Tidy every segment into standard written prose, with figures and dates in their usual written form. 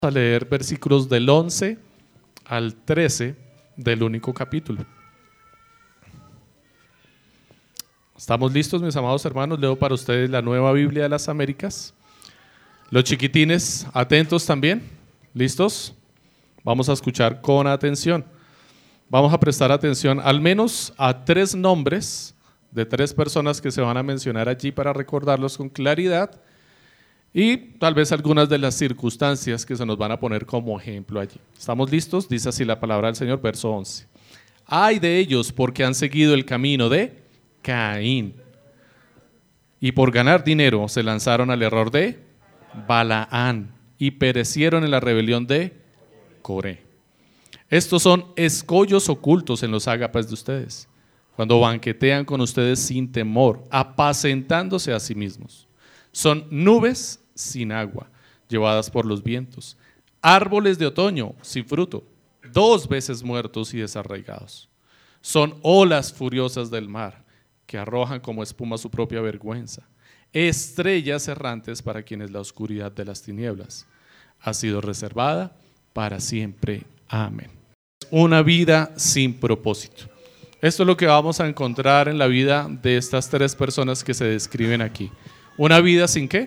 A leer versículos del 11 al 13 del único capítulo. ¿Estamos listos, mis amados hermanos? Leo para ustedes la Nueva Biblia de las Américas. Los chiquitines, atentos también. ¿Listos? Vamos a escuchar con atención. Vamos a prestar atención al menos a 3 nombres de 3 personas que se van a mencionar allí para recordarlos con claridad. Y tal vez algunas de las circunstancias que se nos van a poner como ejemplo allí. ¿Estamos listos? Dice así la palabra del Señor, verso 11. Ay de ellos porque han seguido el camino de Caín y por ganar dinero se lanzaron al error de Balaán y perecieron en la rebelión de Coré. Estos son escollos ocultos en los ágapas de ustedes, cuando banquetean con ustedes sin temor, apacentándose a sí mismos. Son nubes sin agua, llevadas por los vientos, árboles de otoño sin fruto, 2 veces muertos y desarraigados. Son olas furiosas del mar, que arrojan como espuma su propia vergüenza, estrellas errantes para quienes la oscuridad de las tinieblas ha sido reservada para siempre. Amén. Una vida sin propósito. Esto es lo que vamos a encontrar en la vida de estas 3 personas que se describen aquí. Una vida sin ¿qué?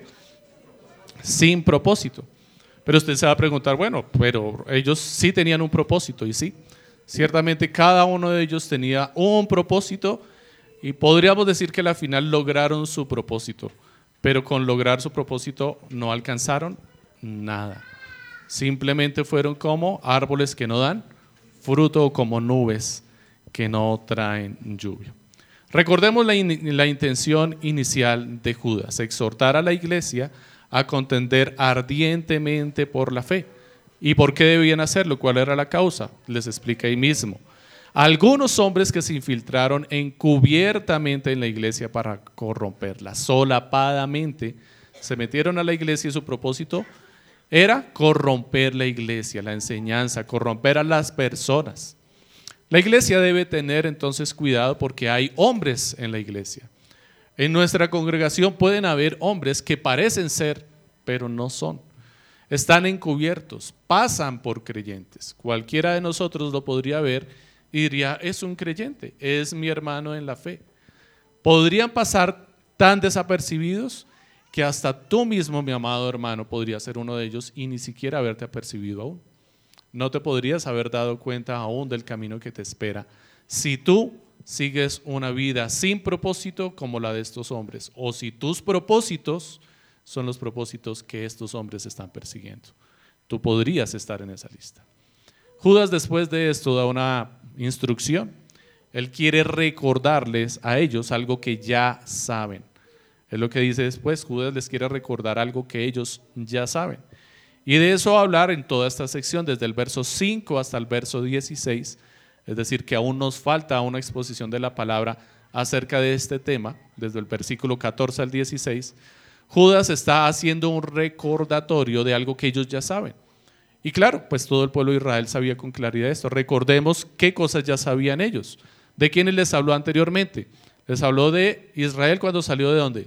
Sin propósito. Pero usted se va a preguntar, bueno, pero ellos sí tenían un propósito, y sí, ciertamente cada uno de ellos tenía un propósito y podríamos decir que al final lograron su propósito, pero con lograr su propósito no alcanzaron nada. Simplemente fueron como árboles que no dan fruto o como nubes que no traen lluvia. Recordemos la intención inicial de Judas, exhortar a la iglesia a contender ardientemente por la fe. ¿Y por qué debían hacerlo? ¿Cuál era la causa? Les explica ahí mismo. Algunos hombres que se infiltraron encubiertamente en la iglesia para corromperla, solapadamente, se metieron a la iglesia y su propósito era corromper la iglesia, la enseñanza, corromper a las personas. La iglesia debe tener entonces cuidado porque hay hombres en la iglesia. En nuestra congregación pueden haber hombres que parecen ser, pero no son. Están encubiertos, pasan por creyentes. Cualquiera de nosotros lo podría ver y diría, es un creyente, es mi hermano en la fe. Podrían pasar tan desapercibidos que hasta tú mismo, mi amado hermano, podrías ser uno de ellos y ni siquiera haberte apercibido aún. No te podrías haber dado cuenta aún del camino que te espera si tú sigues una vida sin propósito como la de estos hombres, o si tus propósitos son los propósitos que estos hombres están persiguiendo. Tú podrías estar en esa lista. Judas después de esto da una instrucción. Él quiere recordarles a ellos algo que ya saben. Es lo que dice después. Judas les quiere recordar algo que ellos ya saben. Y de eso va a hablar en toda esta sección, desde el verso 5 hasta el verso 16, es decir, que aún nos falta una exposición de la palabra acerca de este tema, desde el versículo 14 al 16. Judas está haciendo un recordatorio de algo que ellos ya saben. Y claro, pues todo el pueblo de Israel sabía con claridad esto. Recordemos qué cosas ya sabían ellos. ¿De quiénes les habló anteriormente? Les habló de Israel cuando salió ¿de dónde?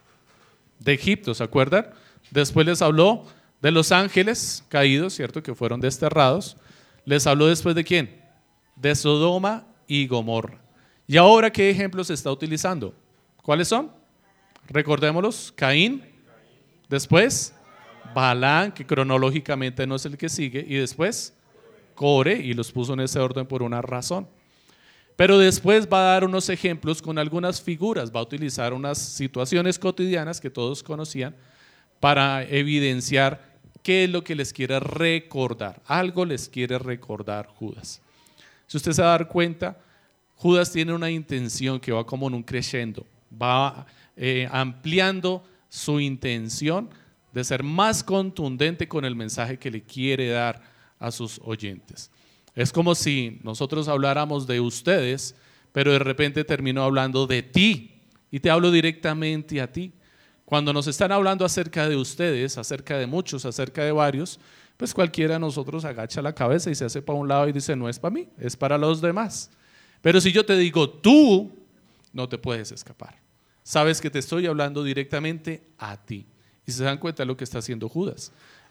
De Egipto, ¿se acuerdan? Después les habló de los ángeles caídos, ¿cierto? Que fueron desterrados. Les habló después ¿de quién? De Sodoma y Gomorra. ¿Y ahora qué ejemplos está utilizando? ¿Cuáles son? Recordémoslos. Caín, después Balaán, que cronológicamente no es el que sigue, y después Coré, y los puso en ese orden por una razón. Pero después va a dar unos ejemplos con algunas figuras, va a utilizar unas situaciones cotidianas que todos conocían para evidenciar qué es lo que les quiere recordar. Algo les quiere recordar Judas. Si usted se va a dar cuenta, Judas tiene una intención que va como en un crescendo, va ampliando su intención de ser más contundente con el mensaje que le quiere dar a sus oyentes. Es como si nosotros habláramos de ustedes, pero de repente termino hablando de ti y te hablo directamente a ti. Cuando nos están hablando acerca de ustedes, acerca de muchos, acerca de varios, pues cualquiera de nosotros agacha la cabeza y se hace para un lado y dice, no es para mí, es para los demás. Pero si yo te digo tú, no te puedes escapar. Sabes que te estoy hablando directamente a ti. Y se dan cuenta de lo que está haciendo Judas.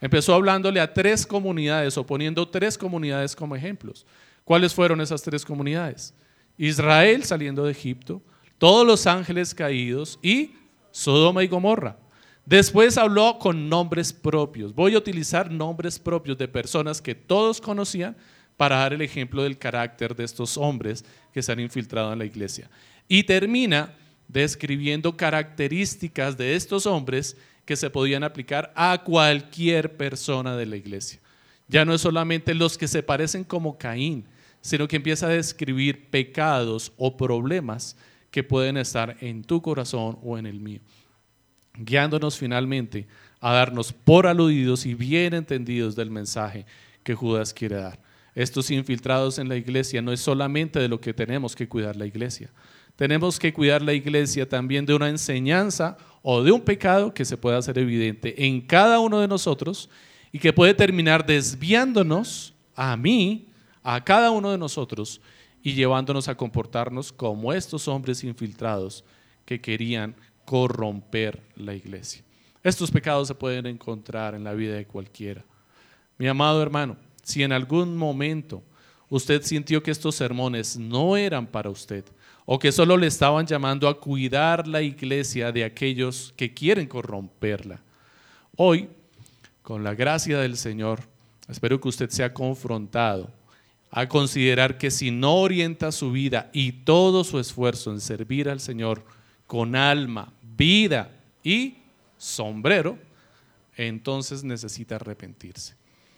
Empezó hablándole a 3 comunidades o poniendo 3 comunidades como ejemplos. ¿Cuáles fueron esas 3 comunidades? Israel saliendo de Egipto, todos los ángeles caídos y Sodoma y Gomorra. Después habló con nombres propios. Voy a utilizar nombres propios de personas que todos conocían para dar el ejemplo del carácter de estos hombres que se han infiltrado en la iglesia. Y termina describiendo características de estos hombres que se podían aplicar a cualquier persona de la iglesia. Ya no es solamente los que se parecen como Caín, sino que empieza a describir pecados o problemas que pueden estar en tu corazón o en el mío, guiándonos finalmente a darnos por aludidos y bien entendidos del mensaje que Judas quiere dar. Estos infiltrados en la iglesia no es solamente de lo que tenemos que cuidar la iglesia. Tenemos que cuidar la iglesia también de una enseñanza o de un pecado que se pueda hacer evidente en cada uno de nosotros y que puede terminar desviándonos a mí, a cada uno de nosotros y llevándonos a comportarnos como estos hombres infiltrados que querían corromper la iglesia. Estos pecados se pueden encontrar en la vida de cualquiera. Mi amado hermano, si en algún momento usted sintió que estos sermones no eran para usted o que solo le estaban llamando a cuidar la iglesia de aquellos que quieren corromperla, hoy, con la gracia del Señor, espero que usted sea confrontado a considerar que si no orienta su vida y todo su esfuerzo en servir al Señor con alma, vida y sombrero, entonces necesita arrepentirse,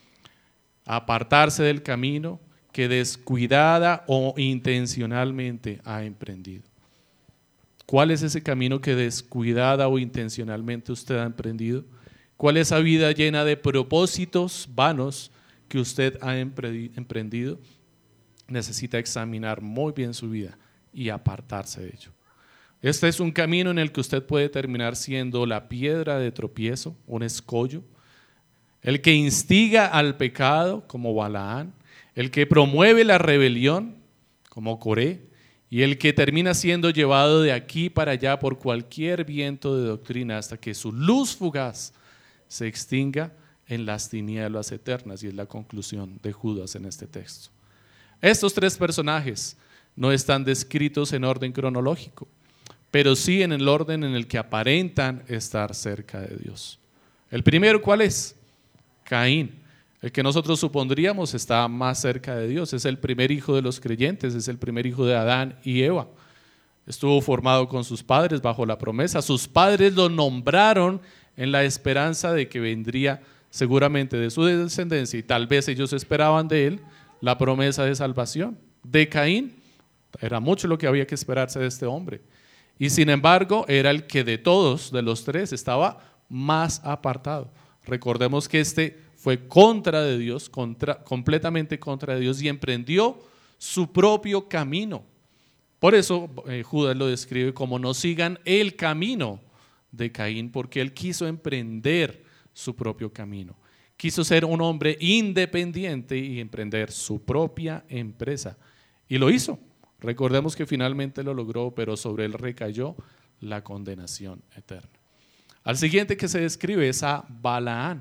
apartarse del camino que descuidada o intencionalmente ha emprendido. ¿Cuál es ese camino que descuidada o intencionalmente usted ha emprendido? ¿Cuál es esa vida llena de propósitos vanos que usted ha emprendido? Necesita examinar muy bien su vida y apartarse de ello. Este es un camino en el que usted puede terminar siendo la piedra de tropiezo, un escollo, el que instiga al pecado como Balaán, el que promueve la rebelión como Coré y el que termina siendo llevado de aquí para allá por cualquier viento de doctrina hasta que su luz fugaz se extinga en las tinieblas eternas, y es la conclusión de Judas en este texto. Estos 3 personajes no están descritos en orden cronológico, pero sí en el orden en el que aparentan estar cerca de Dios. El primero, ¿cuál es? Caín, el que nosotros supondríamos está más cerca de Dios. Es el primer hijo de los creyentes, es el primer hijo de Adán y Eva. Estuvo formado con sus padres bajo la promesa. Sus padres lo nombraron en la esperanza de que vendría seguramente de su descendencia, y tal vez ellos esperaban de él la promesa de salvación. De Caín era mucho lo que había que esperarse de este hombre, y sin embargo era el que de todos, de los 3, estaba más apartado. Recordemos que este fue contra de Dios, completamente contra de Dios, y emprendió su propio camino. Por eso Judas lo describe como no sigan el camino de Caín, porque él quiso emprender su propio camino. Quiso ser un hombre independiente y emprender su propia empresa. Y lo hizo. Recordemos que finalmente lo logró, pero sobre él recayó la condenación eterna. Al siguiente que se describe es a Balaán.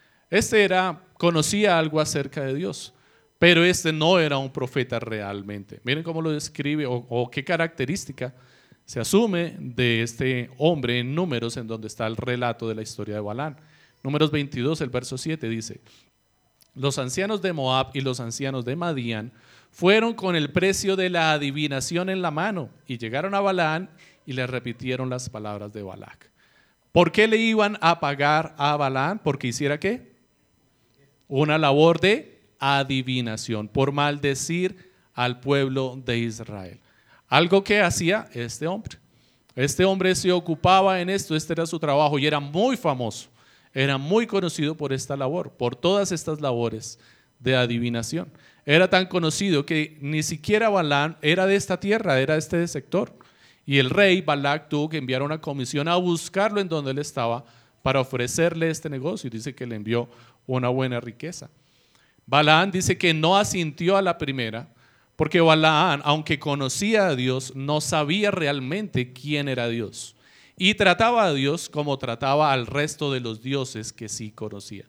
Conocía algo acerca de Dios, pero este no era un profeta realmente. Miren cómo lo describe o qué característica se asume de este hombre en Números, en donde está el relato de la historia de Balaán. Números 22, el verso 7 dice: los ancianos de Moab y los ancianos de Madián fueron con el precio de la adivinación en la mano y llegaron a Balaán y le repitieron las palabras de Balac. ¿Por qué le iban a pagar a Balaán? Porque hiciera ¿qué? Una labor de adivinación, por maldecir al pueblo de Israel. Algo que hacía este hombre. Este hombre se ocupaba en esto, este era su trabajo y era muy famoso, era muy conocido por esta labor, por todas estas labores de adivinación. Era tan conocido que ni siquiera Balaam era de esta tierra, era de este sector. Y el rey Balac tuvo que enviar una comisión a buscarlo en donde él estaba para ofrecerle este negocio, y dice que le envió una buena riqueza. Balaam dice que no asintió a la primera, porque Balaam, aunque conocía a Dios, no sabía realmente quién era Dios. Y trataba a Dios como trataba al resto de los dioses que sí conocía.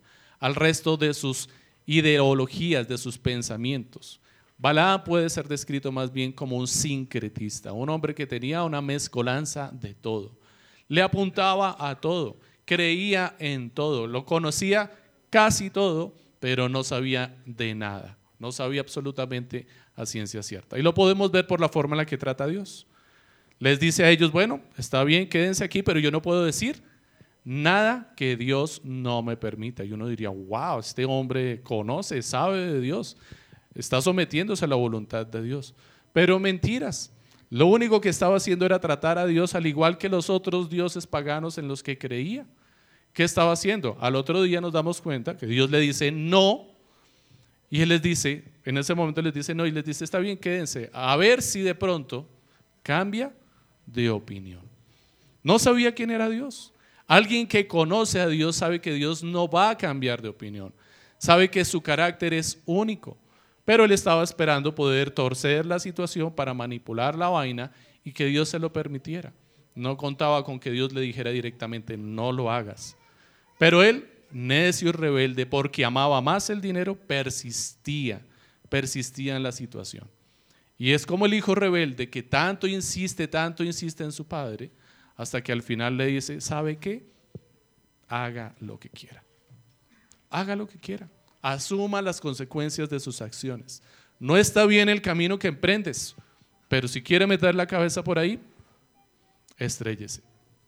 al resto de sus ideologías, de sus pensamientos. Balaam puede ser descrito más bien como un sincretista, un hombre que tenía una mezcolanza de todo. Le apuntaba a todo, creía en todo, lo conocía casi todo, pero no sabía de nada, no sabía absolutamente a ciencia cierta. Y lo podemos ver por la forma en la que trata a Dios. Les dice a ellos, bueno, está bien, quédense aquí, pero yo no puedo decir nada que Dios no me permita. Y uno diría, wow, este hombre conoce, sabe de Dios, está sometiéndose a la voluntad de Dios. Pero mentiras. Lo único que estaba haciendo era tratar a Dios al igual que los otros dioses paganos en los que creía. ¿Qué estaba haciendo? Al otro día nos damos cuenta que Dios le dice no, y él les dice, en ese momento les dice no, y les dice, está bien, quédense, a ver si de pronto cambia de opinión. No sabía quién era Dios. Alguien que conoce a Dios sabe que Dios no va a cambiar de opinión, sabe que su carácter es único, pero él estaba esperando poder torcer la situación para manipular la vaina y que Dios se lo permitiera. No contaba con que Dios le dijera directamente no lo hagas. Pero él, necio y rebelde, porque amaba más el dinero, persistía en la situación. Y es como el hijo rebelde que tanto insiste en su padre, hasta que al final le dice, ¿sabe qué? Haga lo que quiera. Haga lo que quiera. Asuma las consecuencias de sus acciones. No está bien el camino que emprendes, pero si quiere meter la cabeza por ahí, estréllese.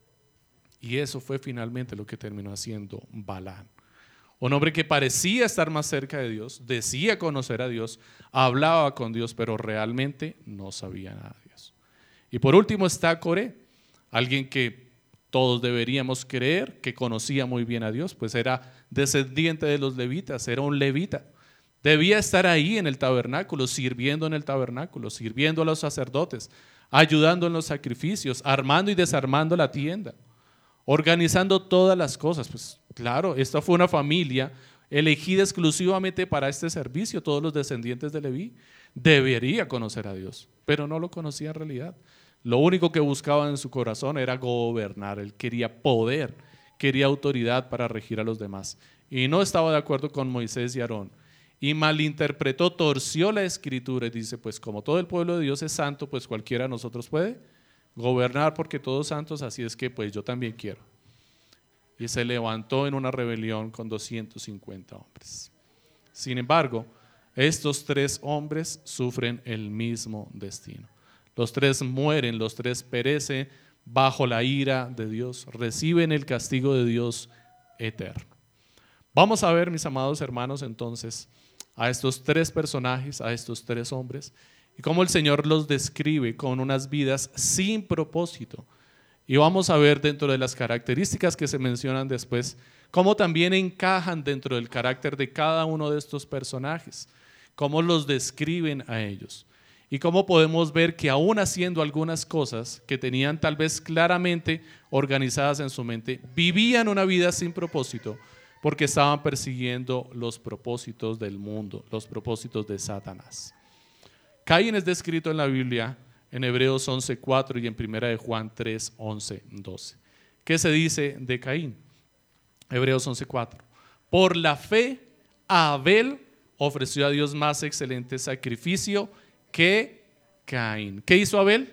Y eso fue finalmente lo que terminó haciendo Balaam. Un hombre que parecía estar más cerca de Dios, decía conocer a Dios, hablaba con Dios, pero realmente no sabía nada de Dios. Y por último está Coré, alguien que todos deberíamos creer que conocía muy bien a Dios, pues era descendiente de los levitas, era un levita. Debía estar ahí en el tabernáculo, sirviendo a los sacerdotes, ayudando en los sacrificios, armando y desarmando la tienda, organizando todas las cosas. Pues claro, esta fue una familia elegida exclusivamente para este servicio. Todos los descendientes de Leví debería conocer a Dios, pero no lo conocía en realidad. Lo único que buscaba en su corazón era gobernar. Él quería poder, quería autoridad para regir a los demás. Y no estaba de acuerdo con Moisés y Aarón. Y malinterpretó, torció la escritura y dice, pues como todo el pueblo de Dios es santo, pues cualquiera de nosotros puede gobernar porque todos santos, así es que pues yo también quiero. Y se levantó en una rebelión con 250 hombres. Sin embargo, estos 3 hombres sufren el mismo destino. Los 3 mueren, los 3 perecen bajo la ira de Dios, reciben el castigo de Dios eterno. Vamos a ver, mis amados hermanos, entonces, a estos 3 personajes, a estos 3 hombres, y cómo el Señor los describe con unas vidas sin propósito. Y vamos a ver dentro de las características que se mencionan después, cómo también encajan dentro del carácter de cada uno de estos personajes, cómo los describen a ellos. Y cómo podemos ver que aún haciendo algunas cosas que tenían tal vez claramente organizadas en su mente, vivían una vida sin propósito porque estaban persiguiendo los propósitos del mundo, los propósitos de Satanás. Caín es descrito en la Biblia en Hebreos 11:4 y en 1 de Juan 3:11-12. ¿Qué se dice de Caín? Hebreos 11:4. Por la fe, Abel ofreció a Dios más excelente sacrificio que Caín. ¿Qué hizo Abel?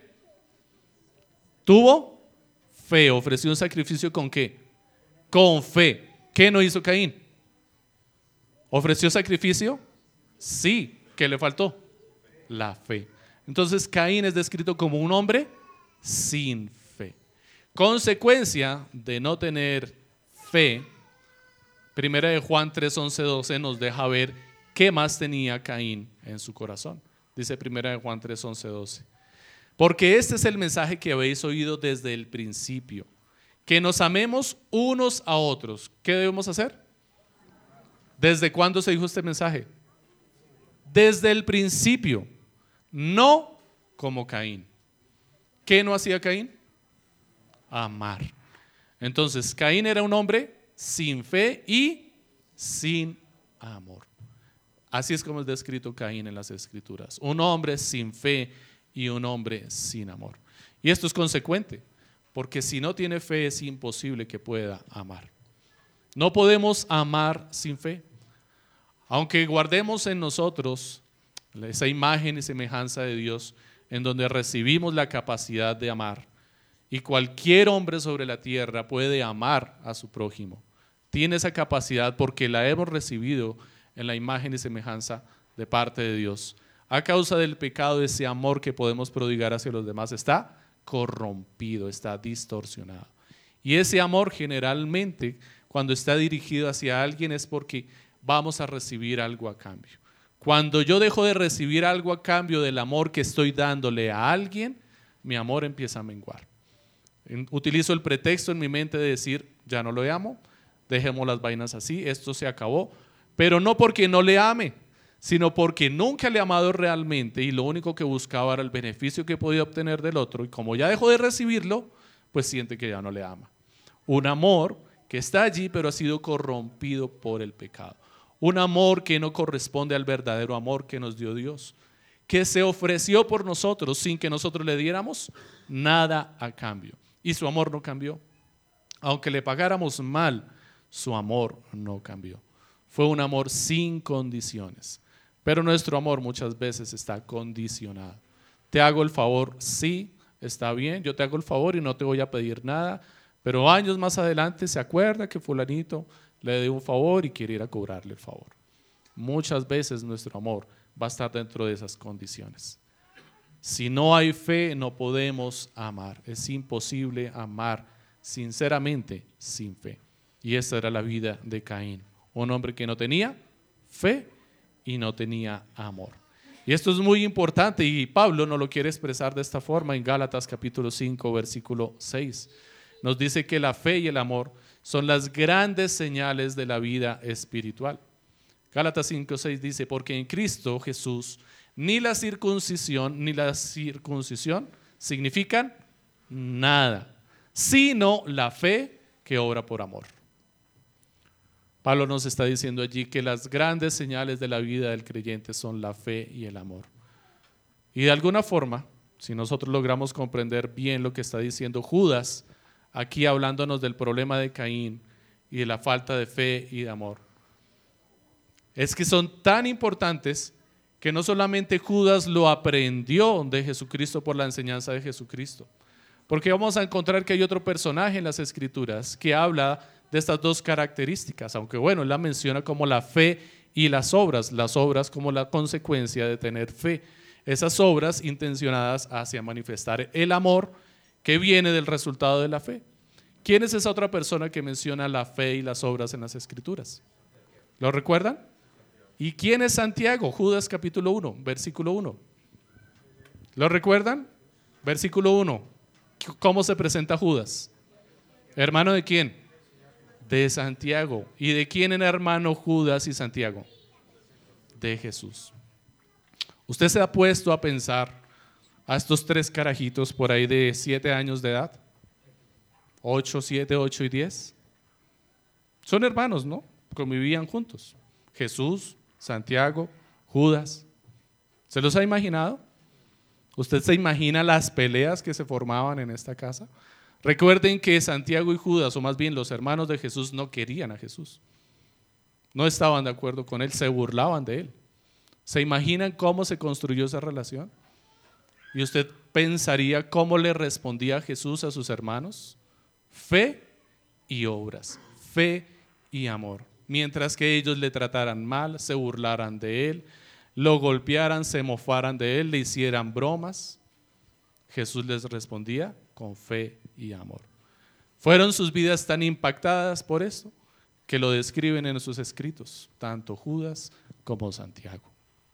Tuvo fe, ofreció un sacrificio ¿con qué? Con fe. ¿Qué no hizo Caín? ¿Ofreció sacrificio? Sí. ¿Qué le faltó? La fe. Entonces Caín es descrito como un hombre sin fe. Consecuencia de no tener fe, 1 de Juan 3:11-12 nos deja ver qué más tenía Caín en su corazón. Dice 1 de Juan 3:11-12. Porque este es el mensaje que habéis oído desde el principio, que nos amemos unos a otros. ¿Qué debemos hacer? ¿Desde cuándo se dijo este mensaje? Desde el principio, no como Caín. ¿Qué no hacía Caín? Amar. Entonces, Caín era un hombre sin fe y sin amor. Así es como es descrito Caín en las Escrituras. Un hombre sin fe y un hombre sin amor. Y esto es consecuente, porque si no tiene fe es imposible que pueda amar. No podemos amar sin fe. Aunque guardemos en nosotros esa imagen y semejanza de Dios, en donde recibimos la capacidad de amar, y cualquier hombre sobre la tierra puede amar a su prójimo. Tiene esa capacidad porque la hemos recibido en la imagen y semejanza de parte de Dios. A causa del pecado, ese amor que podemos prodigar hacia los demás está corrompido, está distorsionado. Y ese amor generalmente, cuando está dirigido hacia alguien, es porque vamos a recibir algo a cambio. Cuando yo dejo de recibir algo a cambio del amor que estoy dándole a alguien, mi amor empieza a menguar. Utilizo el pretexto en mi mente de decir, ya no lo amo, dejemos las vainas así, esto se acabó, pero no porque no le ame, sino porque nunca le he amado realmente y lo único que buscaba era el beneficio que podía obtener del otro, y como ya dejó de recibirlo, pues siente que ya no le ama. Un amor que está allí pero ha sido corrompido por el pecado. Un amor que no corresponde al verdadero amor que nos dio Dios, que se ofreció por nosotros sin que nosotros le diéramos nada a cambio. Y su amor no cambió. Aunque le pagáramos mal, su amor no cambió. Fue un amor sin condiciones. Pero nuestro amor muchas veces está condicionado. Te hago el favor, sí, está bien, yo te hago el favor y no te voy a pedir nada, pero años más adelante se acuerda que fulanito le dio un favor y quiere ir a cobrarle el favor. Muchas veces nuestro amor va a estar dentro de esas condiciones. Si no hay fe, no podemos amar. Es imposible amar sinceramente sin fe. Y esa era la vida de Caín, un hombre que no tenía fe y no tenía amor. Y esto es muy importante y Pablo nos lo quiere expresar de esta forma en Gálatas capítulo 5 versículo 6. Nos dice que la fe y el amor son las grandes señales de la vida espiritual. Gálatas 5:6 dice, porque en Cristo Jesús ni la circuncisión ni la circuncisión significan nada, sino la fe que obra por amor. Pablo nos está diciendo allí que las grandes señales de la vida del creyente son la fe y el amor. Y de alguna forma, si nosotros logramos comprender bien lo que está diciendo Judas, aquí hablándonos del problema de Caín y de la falta de fe y de amor, es que son tan importantes que no solamente Judas lo aprendió de Jesucristo por la enseñanza de Jesucristo, porque vamos a encontrar que hay otro personaje en las Escrituras que habla de estas dos características, aunque bueno, él la menciona como la fe y las obras como la consecuencia de tener fe, esas obras intencionadas hacia manifestar el amor que viene del resultado de la fe. ¿Quién es esa otra persona que menciona la fe y las obras en las Escrituras? ¿Lo recuerdan? ¿Y quién es Santiago? Judas capítulo 1, versículo 1. ¿Lo recuerdan? Versículo 1. ¿Cómo se presenta Judas? ¿Hermano de quién? De Santiago. ¿Y de quién era hermano Judas y Santiago? De Jesús. ¿Usted se ha puesto a pensar a estos tres carajitos por ahí de 7 años de edad? 8, 7, 8 y 10. Son hermanos, ¿no? Convivían juntos. Jesús, Santiago, Judas. ¿Se los ha imaginado? ¿Usted se imagina las peleas que se formaban en esta casa? Recuerden que Santiago y Judas, o más bien los hermanos de Jesús, no querían a Jesús. No estaban de acuerdo con él, se burlaban de él. ¿Se imaginan cómo se construyó esa relación? ¿Y usted pensaría cómo le respondía Jesús a sus hermanos? Fe y obras, fe y amor. Mientras que ellos le trataran mal, se burlaran de él, lo golpearan, se mofaran de él, le hicieran bromas, Jesús les respondía con fe y amor. Fueron sus vidas tan impactadas por esto que lo describen en sus escritos, tanto Judas como Santiago.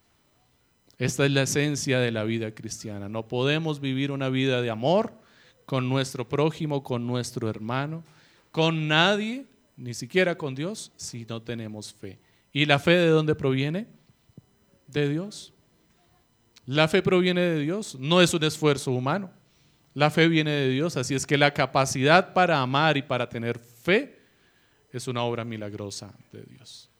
Esta es la esencia de la vida cristiana. No podemos vivir una vida de amor con nuestro prójimo, con nuestro hermano, con nadie, ni siquiera con Dios, si no tenemos fe. ¿Y la fe de dónde proviene? De Dios. La fe proviene de Dios, no es un esfuerzo humano. La fe viene de Dios, así es que la capacidad para amar y para tener fe es una obra milagrosa de Dios.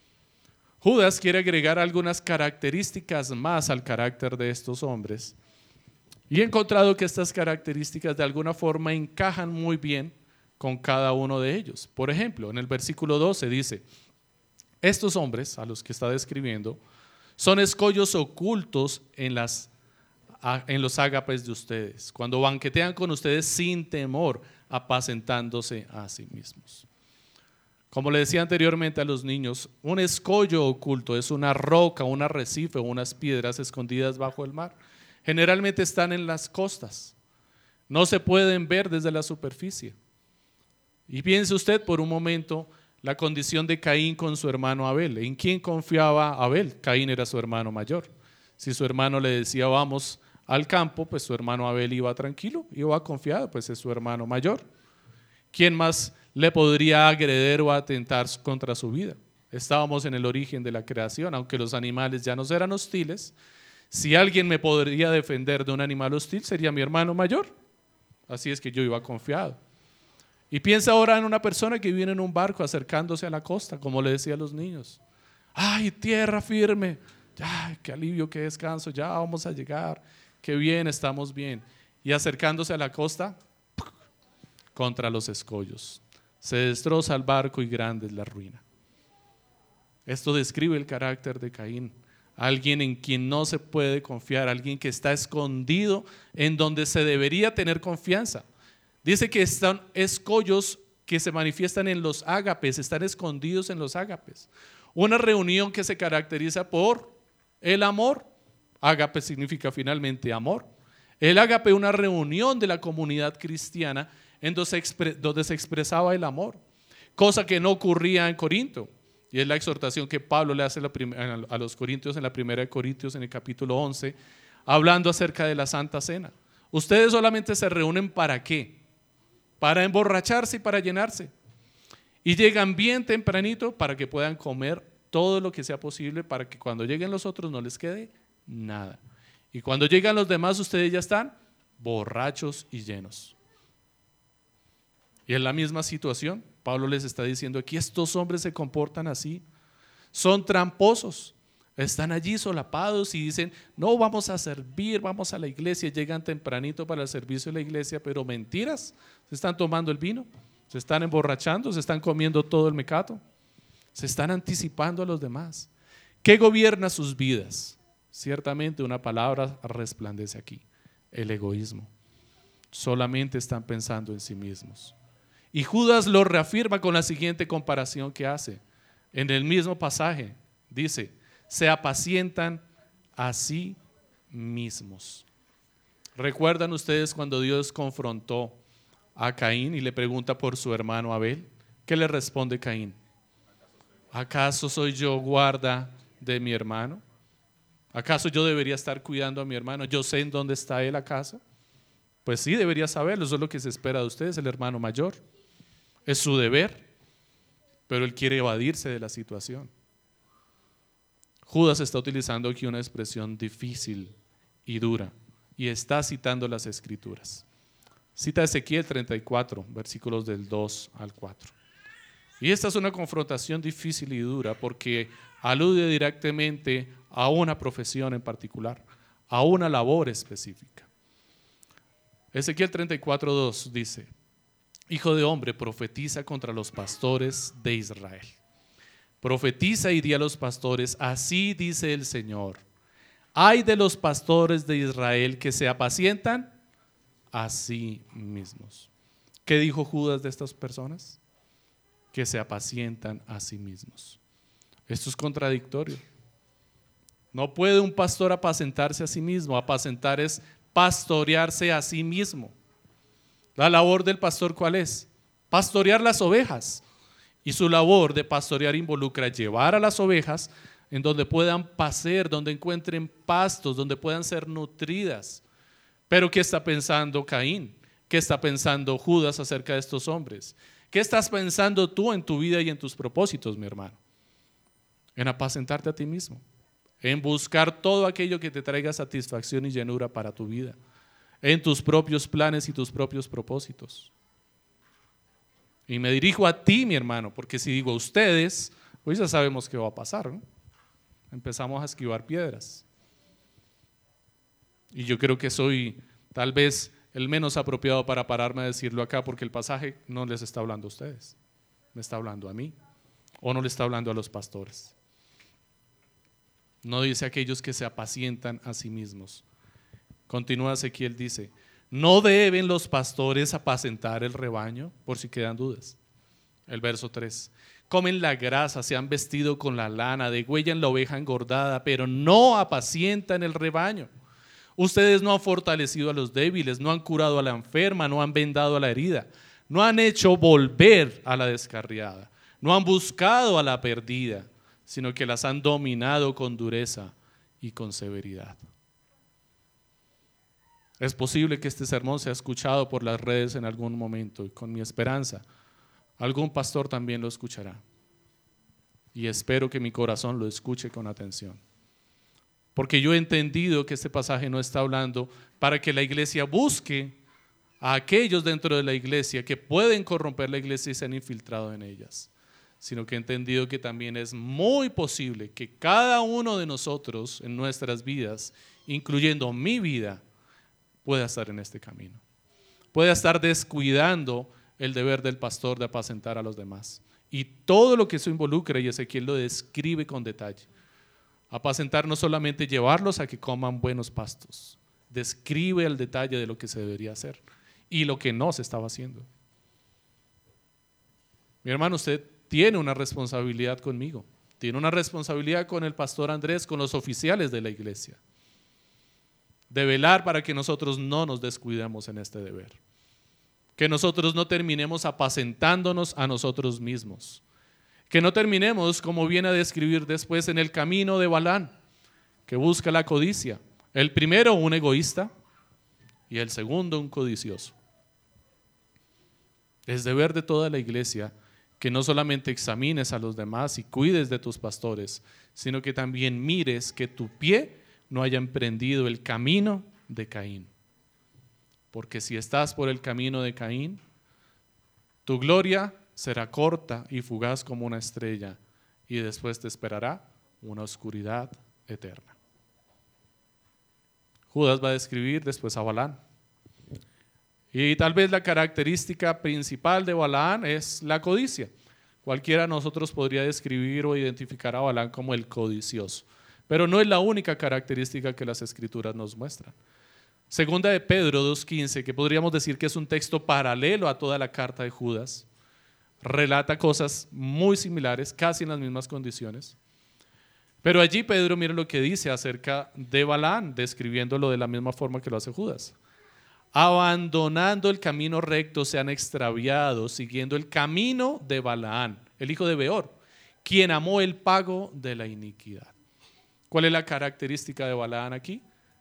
Judas quiere agregar algunas características más al carácter de estos hombres y he encontrado que estas características de alguna forma encajan muy bien con cada uno de ellos. Por ejemplo, en el versículo 12 dice, estos hombres a los que está describiendo son escollos ocultos en los ágapes de ustedes, cuando banquetean con ustedes sin temor, apacentándose a sí mismos. Como le decía anteriormente a los niños, un escollo oculto es una roca, un arrecife o unas piedras escondidas bajo el mar. Generalmente están en las costas, no se pueden ver desde la superficie. Y piense usted por un momento la condición de Caín con su hermano Abel. ¿En quién confiaba Abel? Caín era su hermano mayor. Si su hermano le decía vamos al campo, pues su hermano Abel iba tranquilo, iba confiado, pues es su hermano mayor. ¿Quién más le podría agredir o atentar contra su vida? Estábamos en el origen de la creación, aunque los animales ya nos eran hostiles. Si alguien me podría defender de un animal hostil, sería mi hermano mayor. Así es que yo iba confiado. Y piensa ahora en una persona que viene en un barco acercándose a la costa, como le decía a los niños. ¡Ay, tierra firme! ¡Ay, qué alivio, qué descanso! Ya vamos a llegar. ¡Qué bien, estamos bien! Y acercándose a la costa, contra los escollos. Se destroza el barco y grande es la ruina. Esto describe el carácter de Caín. Alguien en quien no se puede confiar, alguien que está escondido en donde se debería tener confianza. Dice que están escollos que se manifiestan en los ágapes, están escondidos en los ágapes. Una reunión que se caracteriza por el amor. Ágape significa finalmente amor. El ágape, una reunión de la comunidad cristiana en donde se expresaba el amor, cosa que no ocurría en Corinto. Y es la exhortación que Pablo le hace a los corintios en la primera de Corintios en el capítulo 11, hablando acerca de la Santa Cena. Ustedes solamente se reúnen ¿para qué? Para emborracharse y para llenarse. Y llegan bien tempranito para que puedan comer todo lo que sea posible para que cuando lleguen los otros no les quede nada. Y cuando llegan los demás ustedes ya están borrachos y llenos. Y en la misma situación, Pablo les está diciendo aquí, estos hombres se comportan así, son tramposos, están allí solapados y dicen, no, vamos a servir, vamos a la iglesia, llegan tempranito para el servicio de la iglesia, pero mentiras, se están tomando el vino, se están emborrachando, se están comiendo todo el mecato, se están anticipando a los demás. ¿Qué gobierna sus vidas? Ciertamente una palabra resplandece aquí, el egoísmo. Solamente están pensando en sí mismos. Y Judas lo reafirma con la siguiente comparación que hace. En el mismo pasaje dice, se apacientan a sí mismos. ¿Recuerdan ustedes cuando Dios confrontó a Caín y le pregunta por su hermano Abel? ¿Qué le responde Caín? ¿Acaso soy yo guarda de mi hermano? ¿Acaso yo debería estar cuidando a mi hermano? ¿Yo sé en dónde está él acaso? Pues sí, debería saberlo, eso es lo que se espera de ustedes, el hermano mayor. Es su deber, pero él quiere evadirse de la situación. Judas está utilizando aquí una expresión difícil y dura y está citando las escrituras. Cita Ezequiel 34, versículos del 2 al 4. Y esta es una confrontación difícil y dura porque alude directamente a una profesión en particular, a una labor específica. Ezequiel 34:2 dice, Hijo de hombre, profetiza contra los pastores de Israel. Profetiza y di a los pastores, así dice el Señor, ay de los pastores de Israel que se apacientan a sí mismos. ¿Qué dijo Judas de estas personas? Que se apacientan a sí mismos. Esto es contradictorio. No puede un pastor apacentarse a sí mismo. Apacentar es pastorearse a sí mismo. La labor del pastor, ¿cuál es? Pastorear las ovejas. Y su labor de pastorear involucra llevar a las ovejas en donde puedan pacer, donde encuentren pastos, donde puedan ser nutridas. Pero ¿qué está pensando Caín? ¿Qué está pensando Judas acerca de estos hombres? ¿Qué estás pensando tú en tu vida y en tus propósitos, mi hermano? En apacentarte a ti mismo, en buscar todo aquello que te traiga satisfacción y llenura para tu vida, en tus propios planes y tus propios propósitos. Y me dirijo a ti, mi hermano, porque si digo a ustedes, pues ya sabemos qué va a pasar, ¿no? Empezamos a esquivar piedras. Y yo creo que soy tal vez el menos apropiado para pararme a decirlo acá, porque el pasaje no les está hablando a ustedes, me está hablando a mí, o no le está hablando a los pastores. No dice a aquellos que se apacientan a sí mismos. Continúa Ezequiel, dice: ¿no deben los pastores apacentar el rebaño? Por si quedan dudas. El verso 3: comen la grasa, se han vestido con la lana, degüellan la oveja engordada, pero no apacientan el rebaño. Ustedes no han fortalecido a los débiles, no han curado a la enferma, no han vendado a la herida, no han hecho volver a la descarriada, no han buscado a la perdida, sino que las han dominado con dureza y con severidad. Es posible que este sermón sea escuchado por las redes en algún momento, y con mi esperanza, algún pastor también lo escuchará. Y espero que mi corazón lo escuche con atención. Porque yo he entendido que este pasaje no está hablando para que la iglesia busque a aquellos dentro de la iglesia que pueden corromper la iglesia y se han infiltrado en ellas, sino que he entendido que también es muy posible que cada uno de nosotros en nuestras vidas, incluyendo mi vida, pueda estar en este camino, pueda estar descuidando el deber del pastor de apacentar a los demás y todo lo que eso involucra, y Ezequiel lo describe con detalle. Apacentar no solamente llevarlos a que coman buenos pastos, describe el detalle de lo que se debería hacer y lo que no se estaba haciendo. Mi hermano, usted tiene una responsabilidad conmigo, tiene una responsabilidad con el pastor Andrés, con los oficiales de la iglesia, de velar para que nosotros no nos descuidemos en este deber, que nosotros no terminemos apacentándonos a nosotros mismos, que no terminemos, como viene a describir después, en el camino de Balaam, que busca la codicia. El primero, un egoísta, y el segundo, un codicioso. Es deber de toda la iglesia que no solamente examines a los demás y cuides de tus pastores, sino que también mires que tu pie no haya emprendido el camino de Caín. Porque si estás por el camino de Caín, tu gloria será corta y fugaz como una estrella, y después te esperará una oscuridad eterna. Judas va a describir después a Balaam. Y tal vez la característica principal de Balaam es la codicia. Cualquiera de nosotros podría describir o identificar a Balaam como el codicioso, pero no es la única característica que las escrituras nos muestran. Segunda de Pedro 2:15, que podríamos decir que es un texto paralelo a toda la carta de Judas, relata cosas muy similares, casi en las mismas condiciones. Pero allí Pedro, mira lo que dice acerca de Balaam, describiéndolo de la misma forma que lo hace Judas. Abandonando el camino recto se han extraviado, siguiendo el camino de Balaam, el hijo de Beor, quien amó el pago de la iniquidad. ¿Cuál es la característica de Balaam aquí?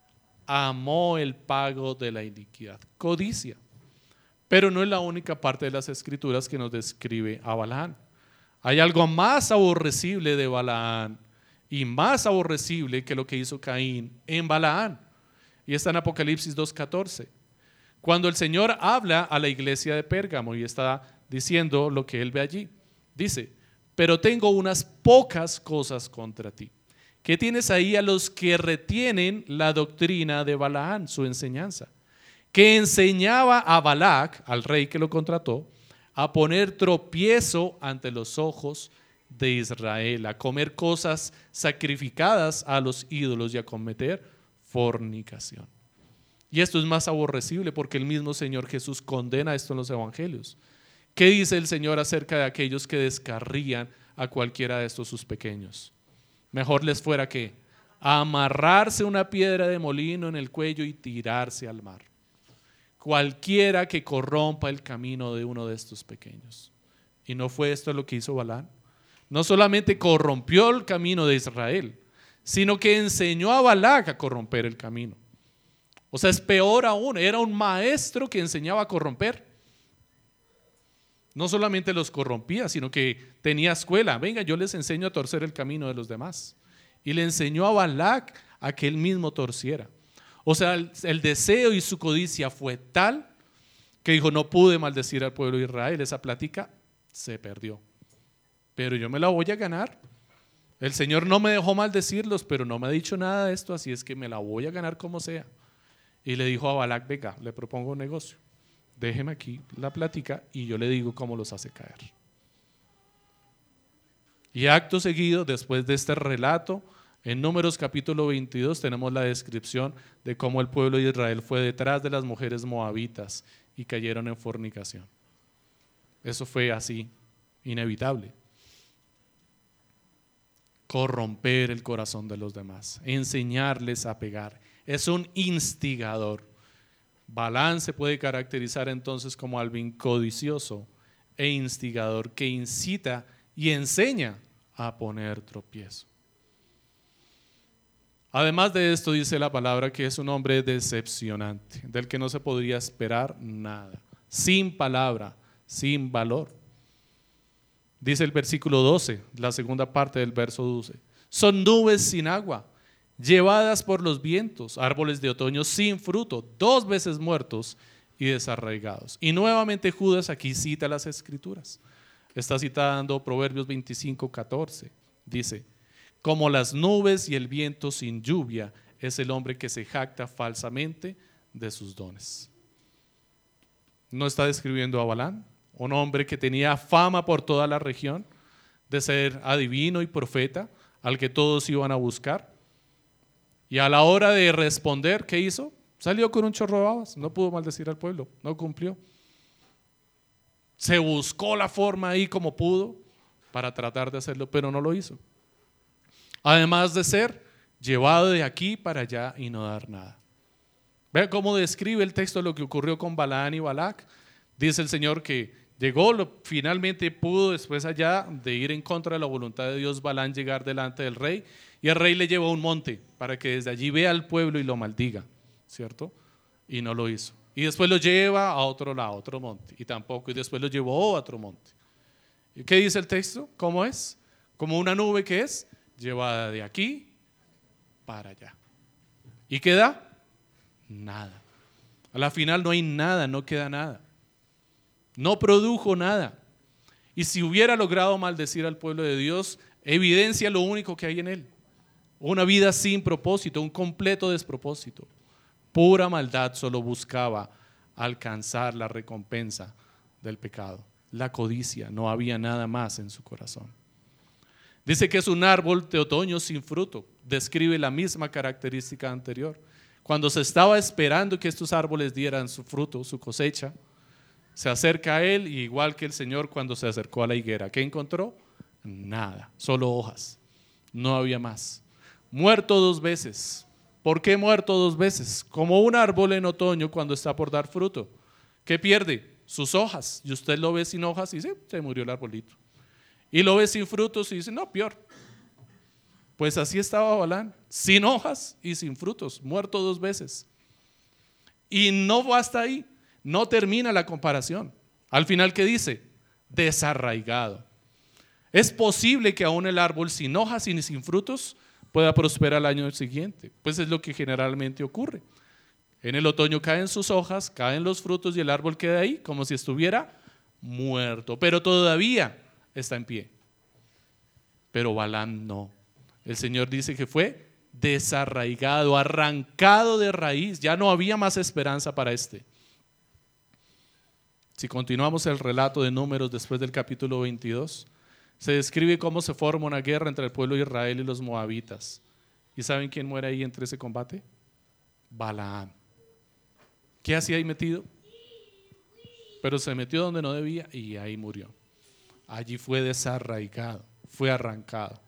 Amó el pago de la iniquidad, codicia. Pero no es la única parte de las escrituras que nos describe a Balaam. Hay algo más aborrecible de Balaam y más aborrecible que lo que hizo Caín en Balaam. Y está en Apocalipsis 2:14. Cuando el Señor habla a la iglesia de Pérgamo y está diciendo lo que él ve allí, dice: pero tengo unas pocas cosas contra ti. ¿Qué tienes ahí? A los que retienen la doctrina de Balaam, su enseñanza, que enseñaba a Balac, al rey que lo contrató, a poner tropiezo ante los ojos de Israel, a comer cosas sacrificadas a los ídolos y a cometer fornicación. Y esto es más aborrecible porque el mismo Señor Jesús condena esto en los evangelios. ¿Qué dice el Señor acerca de aquellos que descarrían a cualquiera de estos sus pequeños? Mejor les fuera que amarrarse una piedra de molino en el cuello y tirarse al mar. Cualquiera que corrompa el camino de uno de estos pequeños. ¿Y no fue esto lo que hizo Balaam? No solamente corrompió el camino de Israel, sino que enseñó a Balac a corromper el camino. O sea, es peor aún, era un maestro que enseñaba a corromper. No solamente los corrompía, sino que tenía escuela. Venga, yo les enseño a torcer el camino de los demás. Y le enseñó a Balac a que él mismo torciera. O sea, el deseo y su codicia fue tal que dijo: no pude maldecir al pueblo de Israel. Esa plática se perdió. Pero yo me la voy a ganar. El Señor no me dejó maldecirlos, pero no me ha dicho nada de esto, así es que me la voy a ganar como sea. y le dijo a Balac: venga, le propongo un negocio, déjeme aquí la plática y yo le digo cómo los hace caer. Y acto seguido, después de este relato, en Números capítulo 22 tenemos la descripción de cómo el pueblo de Israel fue detrás de las mujeres moabitas y cayeron en fornicación. Eso fue así, inevitable. Corromper el corazón de los demás, enseñarles a pegar. Es un instigador. Balaam se puede caracterizar entonces como alguien codicioso e instigador que incita y enseña a poner tropiezo. Además de esto, dice la palabra que es un hombre decepcionante, del que no se podría esperar nada, sin palabra, sin valor. Dice el versículo 12, la segunda parte del verso 12: son nubes sin agua, llevadas por los vientos, árboles de otoño sin fruto, 2 veces muertos y desarraigados. Y nuevamente Judas aquí cita las escrituras. Está citando Proverbios 25:14. Dice: como las nubes y el viento sin lluvia es el hombre que se jacta falsamente de sus dones. ¿No está describiendo a Balaam? Un hombre que tenía fama por toda la región de ser adivino y profeta, al que todos iban a buscar. Y a la hora de responder, ¿qué hizo? Salió con un chorro de babas, no pudo maldecir al pueblo, no cumplió. Se buscó la forma ahí como pudo para tratar de hacerlo, pero no lo hizo. Además de ser llevado de aquí para allá y no dar nada. Vean cómo describe el texto lo que ocurrió con Balaam y Balac. Dice el Señor que finalmente pudo, después allá de ir en contra de la voluntad de Dios, Balaam llegar delante del rey, y el rey le llevó a un monte para que desde allí vea al pueblo y lo maldiga, ¿cierto? Y no lo hizo. Y después lo lleva a otro lado, a otro monte, y tampoco, y después lo llevó a otro monte. ¿Y qué dice el texto? ¿Cómo es? Como una nube que es llevada de aquí para allá. ¿Y queda? Nada. A la final no hay nada, no queda nada. No produjo nada. Y si hubiera logrado maldecir al pueblo de Dios, evidencia lo único que hay en él: una vida sin propósito, un completo despropósito. Pura maldad, solo buscaba alcanzar la recompensa del pecado. La codicia, no había nada más en su corazón. Dice que es un árbol de otoño sin fruto. Describe la misma característica anterior. Cuando se estaba esperando que estos árboles dieran su fruto, su cosecha, se acerca a él, y igual que el Señor cuando se acercó a la higuera, ¿qué encontró? Nada, solo hojas, no había más. Muerto 2 veces. ¿Por qué muerto 2 veces? Como un árbol en otoño cuando está por dar fruto. ¿Qué pierde? Sus hojas. Y usted lo ve sin hojas y dice: se murió el arbolito. Y lo ve sin frutos y dice: no, peor. Pues así estaba Balaam, sin hojas y sin frutos, muerto 2 veces. Y no basta ahí. No termina la comparación. Al final, ¿qué dice? Desarraigado. ¿Es posible que aún el árbol sin hojas y sin frutos pueda prosperar al año siguiente? Pues es lo que generalmente ocurre. En el otoño caen sus hojas, caen los frutos y el árbol queda ahí como si estuviera muerto, pero todavía está en pie. Pero Balaam no. El Señor dice que fue desarraigado, arrancado de raíz. Ya no había más esperanza para este. Si continuamos el relato de Números después del capítulo 22, se describe cómo se forma una guerra entre el pueblo de Israel y los moabitas. ¿Y saben quién muere ahí entre ese combate? Balaam. ¿Qué hacía ahí metido? Pero se metió donde no debía y ahí murió. Allí fue desarraigado, fue arrancado.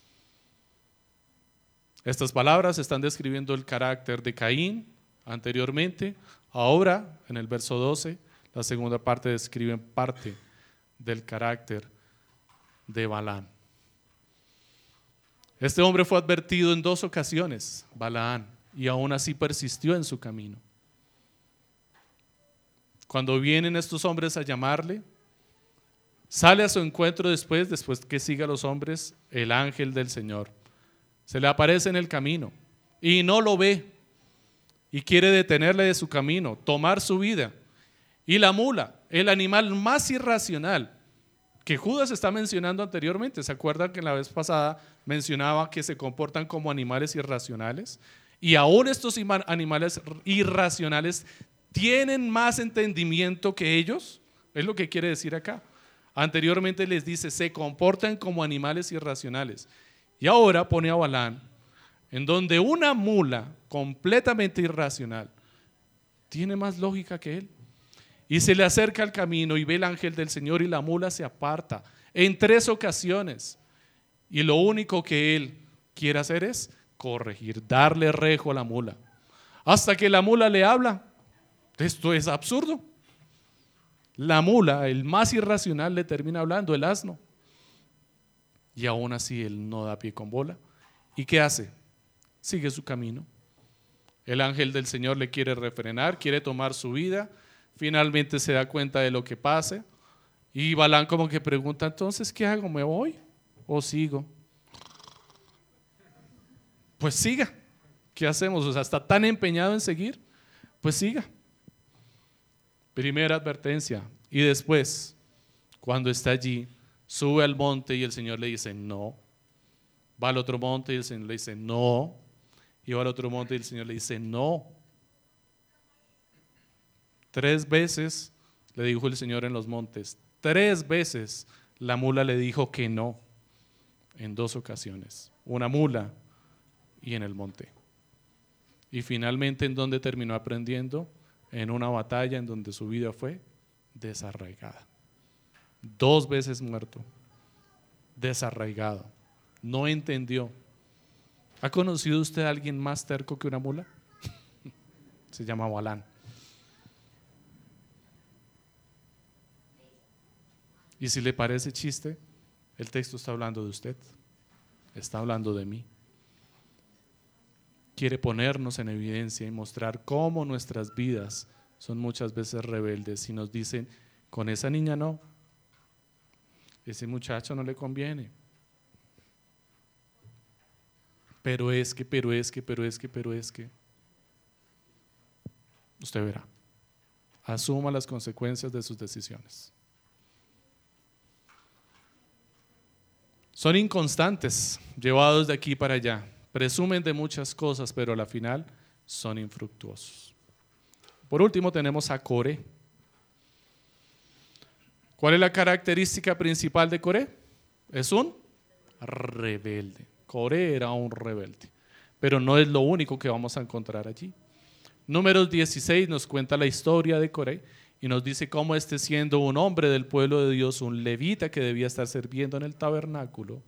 Estas palabras están describiendo el carácter de Caín anteriormente. Ahora, en el verso 12, la segunda parte describe parte del carácter de Balaam. Este hombre fue advertido en 2 ocasiones, Balaam, y aún así persistió en su camino. Cuando vienen estos hombres a llamarle, sale a su encuentro después que siga a los hombres, el ángel del Señor. Se le aparece en el camino y no lo ve y quiere detenerle de su camino, tomar su vida. Y la mula, el animal más irracional que Judas está mencionando anteriormente, ¿se acuerdan que la vez pasada mencionaba que se comportan como animales irracionales? Y aún estos animales irracionales tienen más entendimiento que ellos. Es lo que quiere decir acá. Anteriormente les dice, se comportan como animales irracionales. Y ahora pone a Balaam, en donde una mula completamente irracional tiene más lógica que él. Y se le acerca al camino y ve el ángel del Señor y la mula se aparta en 3 ocasiones. Y lo único que él quiere hacer es corregir, darle rejo a la mula. Hasta que la mula le habla. Esto es absurdo. La mula, el más irracional, le termina hablando, el asno. Y aún así él no da pie con bola. ¿Y qué hace? Sigue su camino. El ángel del Señor le quiere refrenar, quiere tomar su vida. Finalmente se da cuenta de lo que pase. Y Balaam como que pregunta, entonces, ¿qué hago? ¿Me voy o sigo? Pues siga. ¿Qué hacemos? O sea, está tan empeñado en seguir. Pues siga. Primera advertencia. Y después, cuando está allí, sube al monte y el Señor le dice no. Va al otro monte y el Señor le dice no. Y va al otro monte y el Señor le dice no. 3 veces le dijo el Señor en los montes. 3 veces la mula le dijo que no. En 2 ocasiones. Una mula y en el monte. Y finalmente, ¿en dónde terminó aprendiendo? En una batalla en donde su vida fue desarraigada. 2 veces muerto, desarraigado, no entendió. ¿Ha conocido usted a alguien más terco que una mula? Se llama Balaam. Y si le parece chiste, el texto está hablando de usted, está hablando de mí. Quiere ponernos en evidencia y mostrar cómo nuestras vidas son muchas veces rebeldes y nos dicen, con esa niña no, ese muchacho no le conviene. Pero es que. Usted verá. Asuma las consecuencias de sus decisiones. Son inconstantes, llevados de aquí para allá. Presumen de muchas cosas, pero a la final son infructuosos. Por último tenemos a Coré. ¿Cuál es la característica principal de Coré? Es un rebelde. Coré era un rebelde, pero no es lo único que vamos a encontrar allí. Números 16 nos cuenta la historia de Coré y nos dice cómo siendo un hombre del pueblo de Dios, un levita que debía estar sirviendo en el tabernáculo,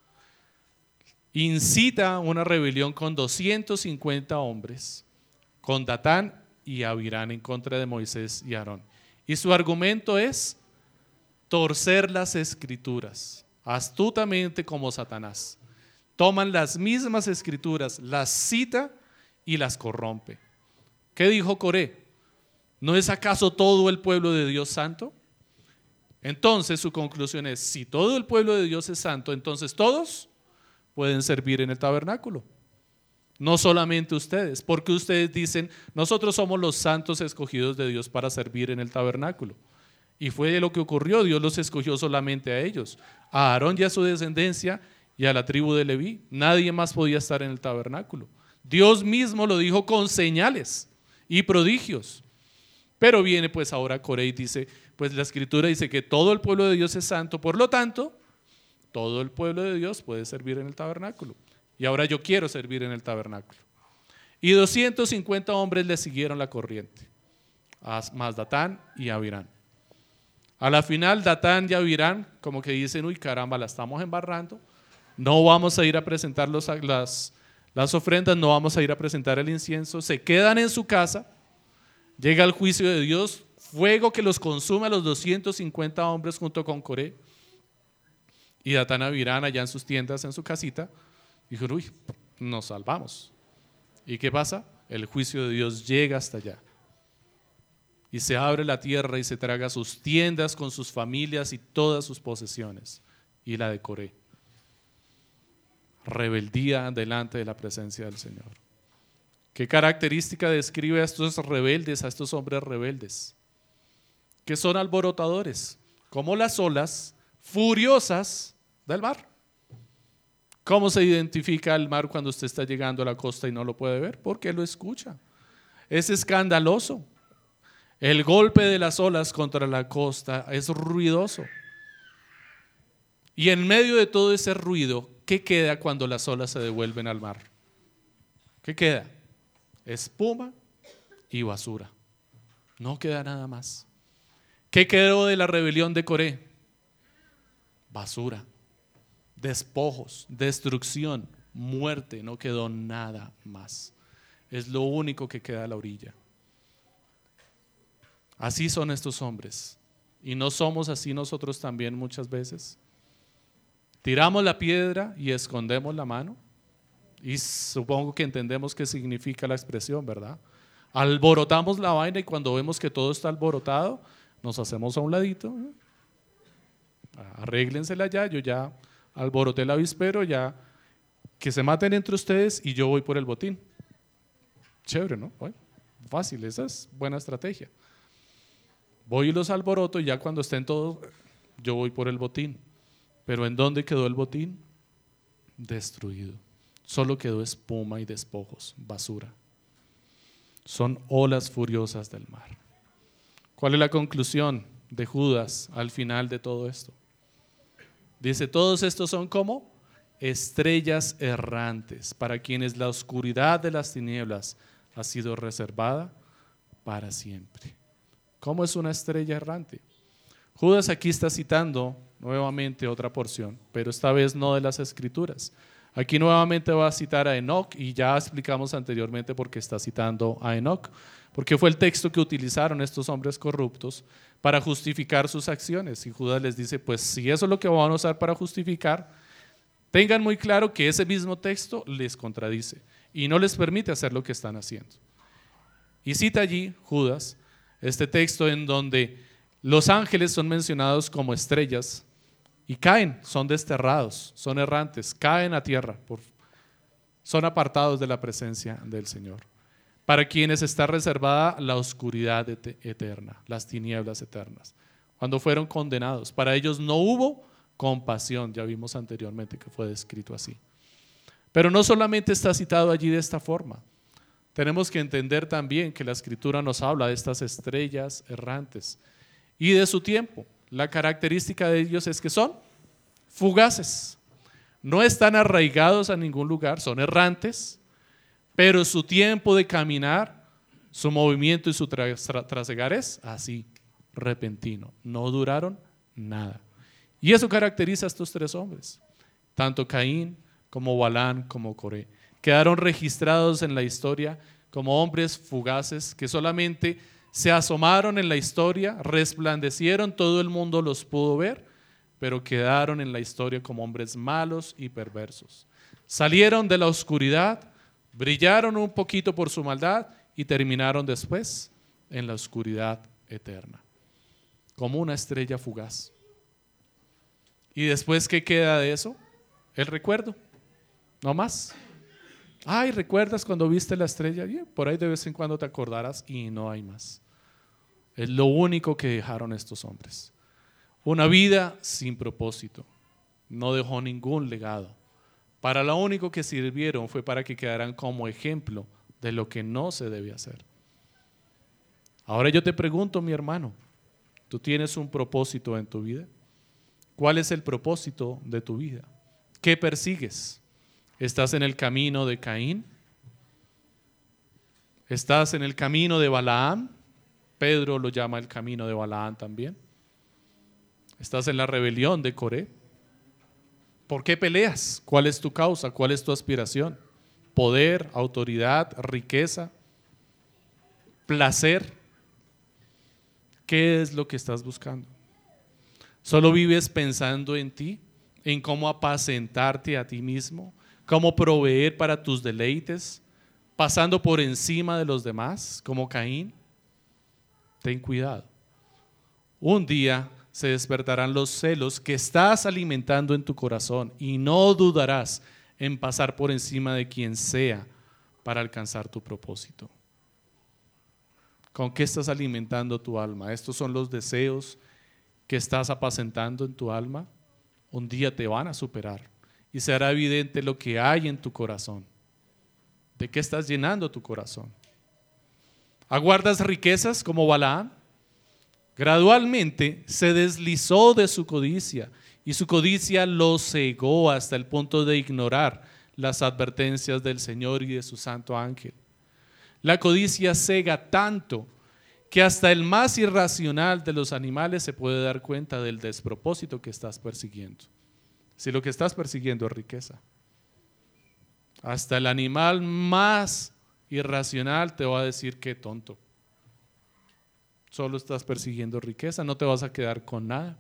incita una rebelión con 250 hombres, con Datán y Abirán en contra de Moisés y Aarón. Y su argumento es torcer las escrituras, astutamente como Satanás. Toman las mismas escrituras, las cita y las corrompe. ¿Qué dijo Coré? ¿No es acaso todo el pueblo de Dios santo? Entonces su conclusión es, si todo el pueblo de Dios es santo, entonces todos pueden servir en el tabernáculo. No solamente ustedes, porque ustedes dicen, nosotros somos los santos escogidos de Dios para servir en el tabernáculo. Y fue lo que ocurrió, Dios los escogió solamente a ellos, a Aarón y a su descendencia y a la tribu de Leví. Nadie más podía estar en el tabernáculo. Dios mismo lo dijo con señales y prodigios. Pero viene pues ahora Coré y dice, pues la escritura dice que todo el pueblo de Dios es santo, por lo tanto, todo el pueblo de Dios puede servir en el tabernáculo. Y ahora yo quiero servir en el tabernáculo. Y 250 hombres le siguieron la corriente, más Datán y Abirán. A la final Datán y Abirán como que dicen, uy caramba, la estamos embarrando, no vamos a ir a presentar las ofrendas, no vamos a ir a presentar el incienso, se quedan en su casa, llega el juicio de Dios, fuego que los consume a los 250 hombres junto con Coré. Y Datán y Abirán allá en sus tiendas, en su casita, dijeron, uy, nos salvamos. ¿Y qué pasa? El juicio de Dios llega hasta allá. Y se abre la tierra y se traga sus tiendas con sus familias y todas sus posesiones. Y la de Coré. Rebeldía delante de la presencia del Señor. ¿Qué característica describe a estos rebeldes, a estos hombres rebeldes? Que son alborotadores, como las olas furiosas del mar. ¿Cómo se identifica el mar cuando usted está llegando a la costa y no lo puede ver? Porque lo escucha. Es escandaloso. El golpe de las olas contra la costa es ruidoso. Y en medio de todo ese ruido, ¿qué queda cuando las olas se devuelven al mar? ¿Qué queda? Espuma y basura. No queda nada más. ¿Qué quedó de la rebelión de Coré? Basura, despojos, destrucción, muerte. No quedó nada más. Es lo único que queda a la orilla. Así son estos hombres. ¿Y no somos así nosotros también muchas veces? Tiramos la piedra y escondemos la mano. Y supongo que entendemos qué significa la expresión, ¿verdad? Alborotamos la vaina y cuando vemos que todo está alborotado, nos hacemos a un ladito. Arréglensela ya, yo ya alboroté el avispero, ya que se maten entre ustedes y yo voy por el botín. Chévere, ¿no? Bueno, fácil, esa es buena estrategia. Voy y los alboroto y ya cuando estén todos, yo voy por el botín. Pero ¿en dónde quedó el botín? Destruido. Solo quedó espuma y despojos, basura. Son olas furiosas del mar. ¿Cuál es la conclusión de Judas al final de todo esto? Dice, todos estos son como estrellas errantes, para quienes la oscuridad de las tinieblas ha sido reservada para siempre. ¿Cómo es una estrella errante? Judas aquí está citando nuevamente otra porción, pero esta vez no de las Escrituras. Aquí nuevamente va a citar a Enoc y ya explicamos anteriormente por qué está citando a Enoc, porque fue el texto que utilizaron estos hombres corruptos para justificar sus acciones. Y Judas les dice, pues si eso es lo que van a usar para justificar, tengan muy claro que ese mismo texto les contradice y no les permite hacer lo que están haciendo. Y cita allí Judas este texto en donde los ángeles son mencionados como estrellas y caen, son desterrados, son errantes, caen a tierra, son apartados de la presencia del Señor. Para quienes está reservada la oscuridad eterna, las tinieblas eternas. Cuando fueron condenados, para ellos no hubo compasión, ya vimos anteriormente que fue descrito así. Pero no solamente está citado allí de esta forma, tenemos que entender también que la Escritura nos habla de estas estrellas errantes y de su tiempo. La característica de ellos es que son fugaces, no están arraigados a ningún lugar, son errantes, pero su tiempo de caminar, su movimiento y su trasegar es así, repentino, no duraron nada. Y eso caracteriza a estos tres hombres, tanto Caín como Balán como Coré. Quedaron registrados en la historia como hombres fugaces que solamente se asomaron en la historia, resplandecieron, todo el mundo los pudo ver, pero quedaron en la historia como hombres malos y perversos. Salieron de la oscuridad, brillaron un poquito por su maldad y terminaron después en la oscuridad eterna, como una estrella fugaz. ¿Y después qué queda de eso? El recuerdo, no más. Ay, ¿recuerdas cuando viste la estrella? Bien, por ahí de vez en cuando te acordarás y no hay más. Es lo único que dejaron estos hombres. Una vida sin propósito. No dejó ningún legado. Para lo único que sirvieron fue para que quedaran como ejemplo de lo que no se debe hacer. Ahora yo te pregunto, mi hermano, ¿tú tienes un propósito en tu vida? ¿Cuál es el propósito de tu vida? ¿Qué persigues? ¿Estás en el camino de Caín? ¿Estás en el camino de Balaam? Pedro lo llama el camino de Balaam también. ¿Estás en la rebelión de Coré? ¿Por qué peleas? ¿Cuál es tu causa? ¿Cuál es tu aspiración? ¿Poder, autoridad, riqueza, placer? ¿Qué es lo que estás buscando? ¿Solo vives pensando en ti? ¿En cómo apacentarte a ti mismo? ¿Cómo proveer para tus deleites? ¿Pasando por encima de los demás como Caín? Ten cuidado. Un día se despertarán los celos que estás alimentando en tu corazón y no dudarás en pasar por encima de quien sea para alcanzar tu propósito. ¿Con qué estás alimentando tu alma? Estos son los deseos que estás apacentando en tu alma. Un día te van a superar y será evidente lo que hay en tu corazón. ¿De qué estás llenando tu corazón? ¿Aguardas riquezas como Balaam? Gradualmente se deslizó de su codicia y su codicia lo cegó hasta el punto de ignorar las advertencias del Señor y de su santo ángel. La codicia cega tanto que hasta el más irracional de los animales se puede dar cuenta del despropósito que estás persiguiendo. Si lo que estás persiguiendo es riqueza, hasta el animal más irracional te va a decir qué tonto. Solo estás persiguiendo riqueza, no te vas a quedar con nada.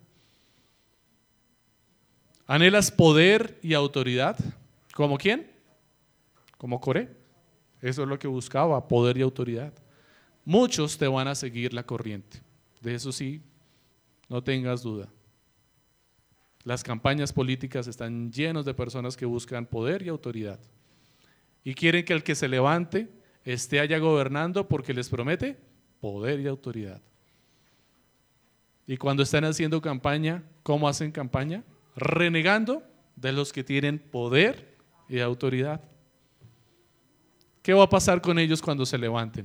¿Anhelas poder y autoridad? ¿Como quién? Como Coré. Eso es lo que buscaba, poder y autoridad. Muchos te van a seguir la corriente, de eso sí, no tengas duda. Las campañas políticas están llenas de personas que buscan poder y autoridad y quieren que el que se levante esté allá gobernando porque les promete poder y autoridad. Y cuando están haciendo campaña, ¿cómo hacen campaña? Renegando de los que tienen poder y autoridad. ¿Qué va a pasar con ellos cuando se levanten?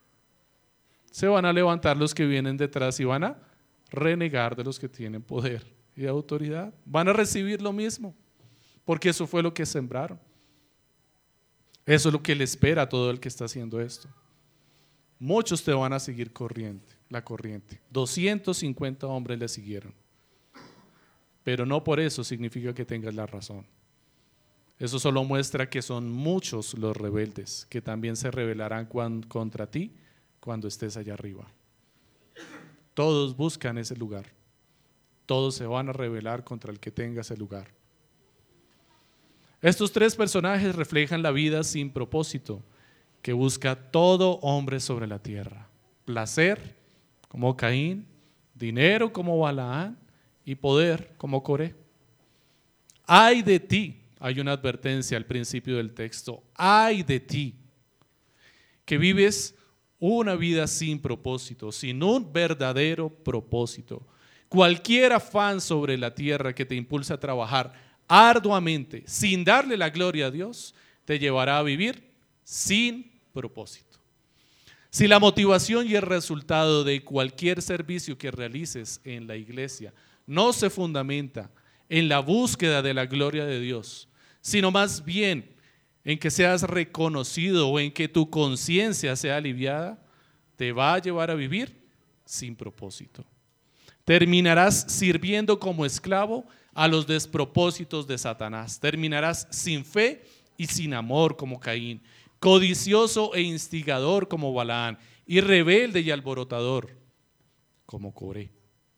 Se van a levantar los que vienen detrás y van a renegar de los que tienen poder y autoridad. Van a recibir lo mismo, porque eso fue lo que sembraron. Eso es lo que le espera a todo el que está haciendo esto. Muchos te van a seguir la corriente. 250 hombres le siguieron. Pero no por eso significa que tengas la razón. Eso solo muestra que son muchos los rebeldes que también se rebelarán contra ti cuando estés allá arriba. Todos buscan ese lugar. Todos se van a rebelar contra el que tenga ese lugar. Estos tres personajes reflejan la vida sin propósito que busca todo hombre sobre la tierra. Placer, como Caín, dinero, como Balaam, y poder, como Coré. Ay de ti, hay una advertencia al principio del texto, ay de ti, que vives una vida sin propósito, sin un verdadero propósito. Cualquier afán sobre la tierra que te impulse a trabajar arduamente, sin darle la gloria a Dios, te llevará a vivir sin propósito. Si la motivación y el resultado de cualquier servicio que realices en la iglesia no se fundamenta en la búsqueda de la gloria de Dios, sino más bien en que seas reconocido o en que tu conciencia sea aliviada, te va a llevar a vivir sin propósito. Terminarás sirviendo como esclavo a los despropósitos de Satanás. Terminarás sin fe y sin amor como Caín, codicioso e instigador como Balaam, y rebelde y alborotador como Coré.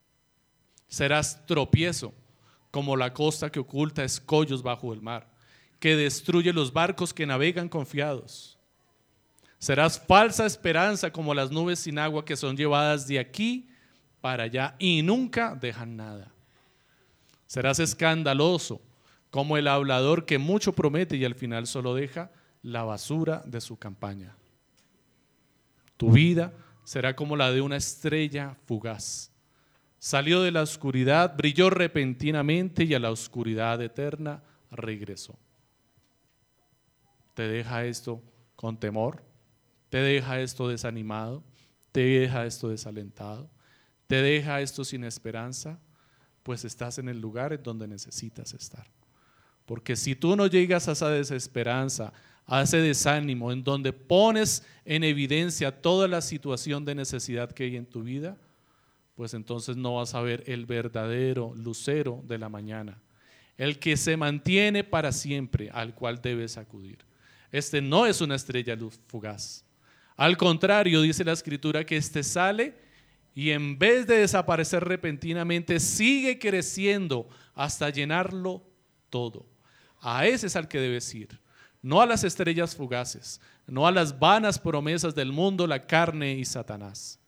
Serás tropiezo como la costa que oculta escollos bajo el mar, que destruye los barcos que navegan confiados. Serás falsa esperanza como las nubes sin agua que son llevadas de aquí para allá y nunca dejan nada. Serás escandaloso como el hablador que mucho promete y al final solo deja la basura de su campaña. Tu vida será como la de una estrella fugaz. Salió de la oscuridad, brilló repentinamente y a la oscuridad eterna regresó. ¿Te deja esto con temor? ¿Te deja esto desanimado? ¿Te deja esto desalentado? ¿Te deja esto sin esperanza? Pues estás en el lugar en donde necesitas estar. Porque si tú no llegas a esa desesperanza, a ese desánimo, en donde pones en evidencia toda la situación de necesidad que hay en tu vida, pues entonces no vas a ver el verdadero lucero de la mañana, el que se mantiene para siempre, al cual debes acudir. Este no es una estrella fugaz. Al contrario, dice la Escritura que este sale y en vez de desaparecer repentinamente, sigue creciendo hasta llenarlo todo. A ese es al que debes ir, no a las estrellas fugaces, no a las vanas promesas del mundo, la carne y Satanás.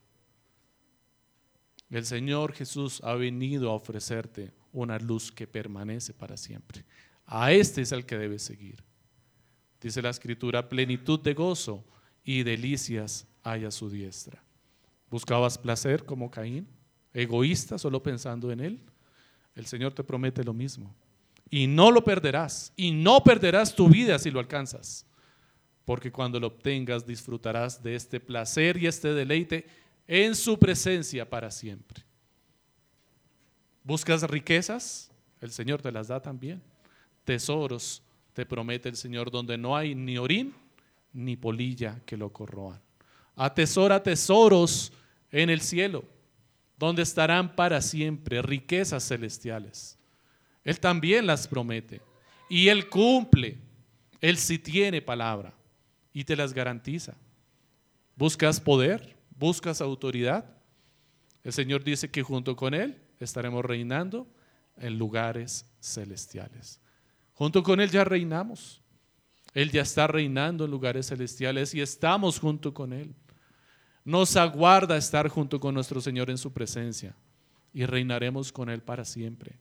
El Señor Jesús ha venido a ofrecerte una luz que permanece para siempre. A este es al que debes seguir. Dice la Escritura, plenitud de gozo y delicias hay a su diestra. ¿Buscabas placer como Caín? ¿Egoísta, solo pensando en él? El Señor te promete lo mismo. y no lo perderás, y no perderás tu vida si lo alcanzas, porque cuando lo obtengas disfrutarás de este placer y este deleite en su presencia para siempre. ¿Buscas riquezas? El Señor te las da también. Tesoros te promete el Señor donde no hay ni orín ni polilla que lo corroan. Atesora tesoros en el cielo, donde estarán para siempre riquezas celestiales. Él también las promete y Él cumple. Él sí tiene palabra y te las garantiza. ¿Buscas poder? ¿Buscas autoridad? El Señor dice que junto con Él estaremos reinando en lugares celestiales. Junto con Él ya reinamos. Él ya está reinando en lugares celestiales y estamos junto con Él. Nos aguarda estar junto con nuestro Señor en su presencia y reinaremos con Él para siempre.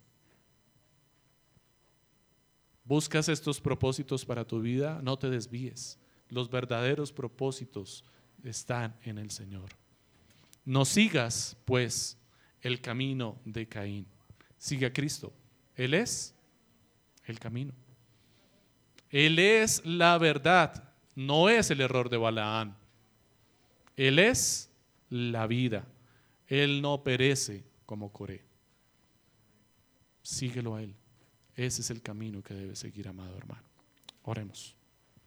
¿Buscas estos propósitos para tu vida? No te desvíes. Los verdaderos propósitos están en el Señor. No sigas, pues, el camino de Caín. Sigue a Cristo. Él es el camino. Él es la verdad. No es el error de Balaam. Él es la vida. Él no perece como Coré. Síguelo a Él. Ese es el camino que debes seguir, amado hermano. Oremos.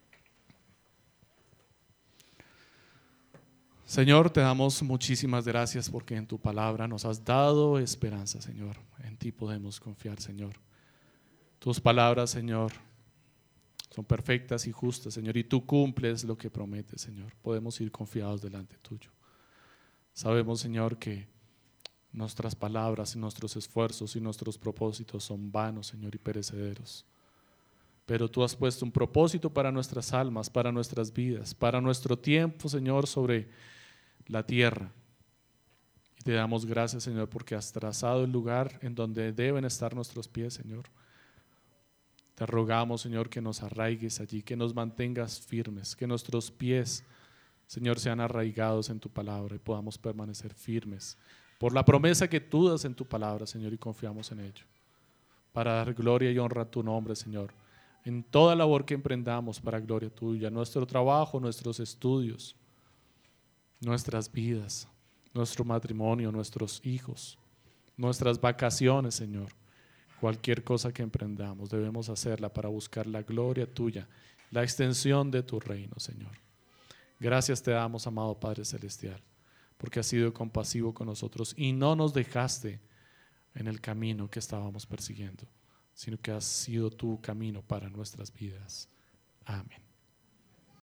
Señor, te damos muchísimas gracias porque en tu palabra nos has dado esperanza, Señor. En ti podemos confiar, Señor. Tus palabras, Señor, son perfectas y justas, Señor, y tú cumples lo que prometes, Señor. Podemos ir confiados delante tuyo. Sabemos, Señor, que nuestras palabras y nuestros esfuerzos y nuestros propósitos son vanos, Señor, y perecederos. Pero tú has puesto un propósito para nuestras almas, para nuestras vidas, para nuestro tiempo, Señor, sobre la tierra. Y te damos gracias, Señor, porque has trazado el lugar en donde deben estar nuestros pies, Señor. Te rogamos, Señor, que nos arraigues allí, que nos mantengas firmes, que nuestros pies, Señor, sean arraigados en tu palabra y podamos permanecer firmes por la promesa que tú das en tu palabra, Señor, y confiamos en ello. Para dar gloria y honra a tu nombre, Señor, en toda labor que emprendamos para gloria tuya, nuestro trabajo, nuestros estudios, nuestras vidas, nuestro matrimonio, nuestros hijos, nuestras vacaciones, Señor. Cualquier cosa que emprendamos debemos hacerla para buscar la gloria tuya, la extensión de tu reino, Señor. Gracias te damos, amado Padre Celestial, porque has sido compasivo con nosotros y no nos dejaste en el camino que estábamos persiguiendo, sino que has sido tu camino para nuestras vidas. Amén.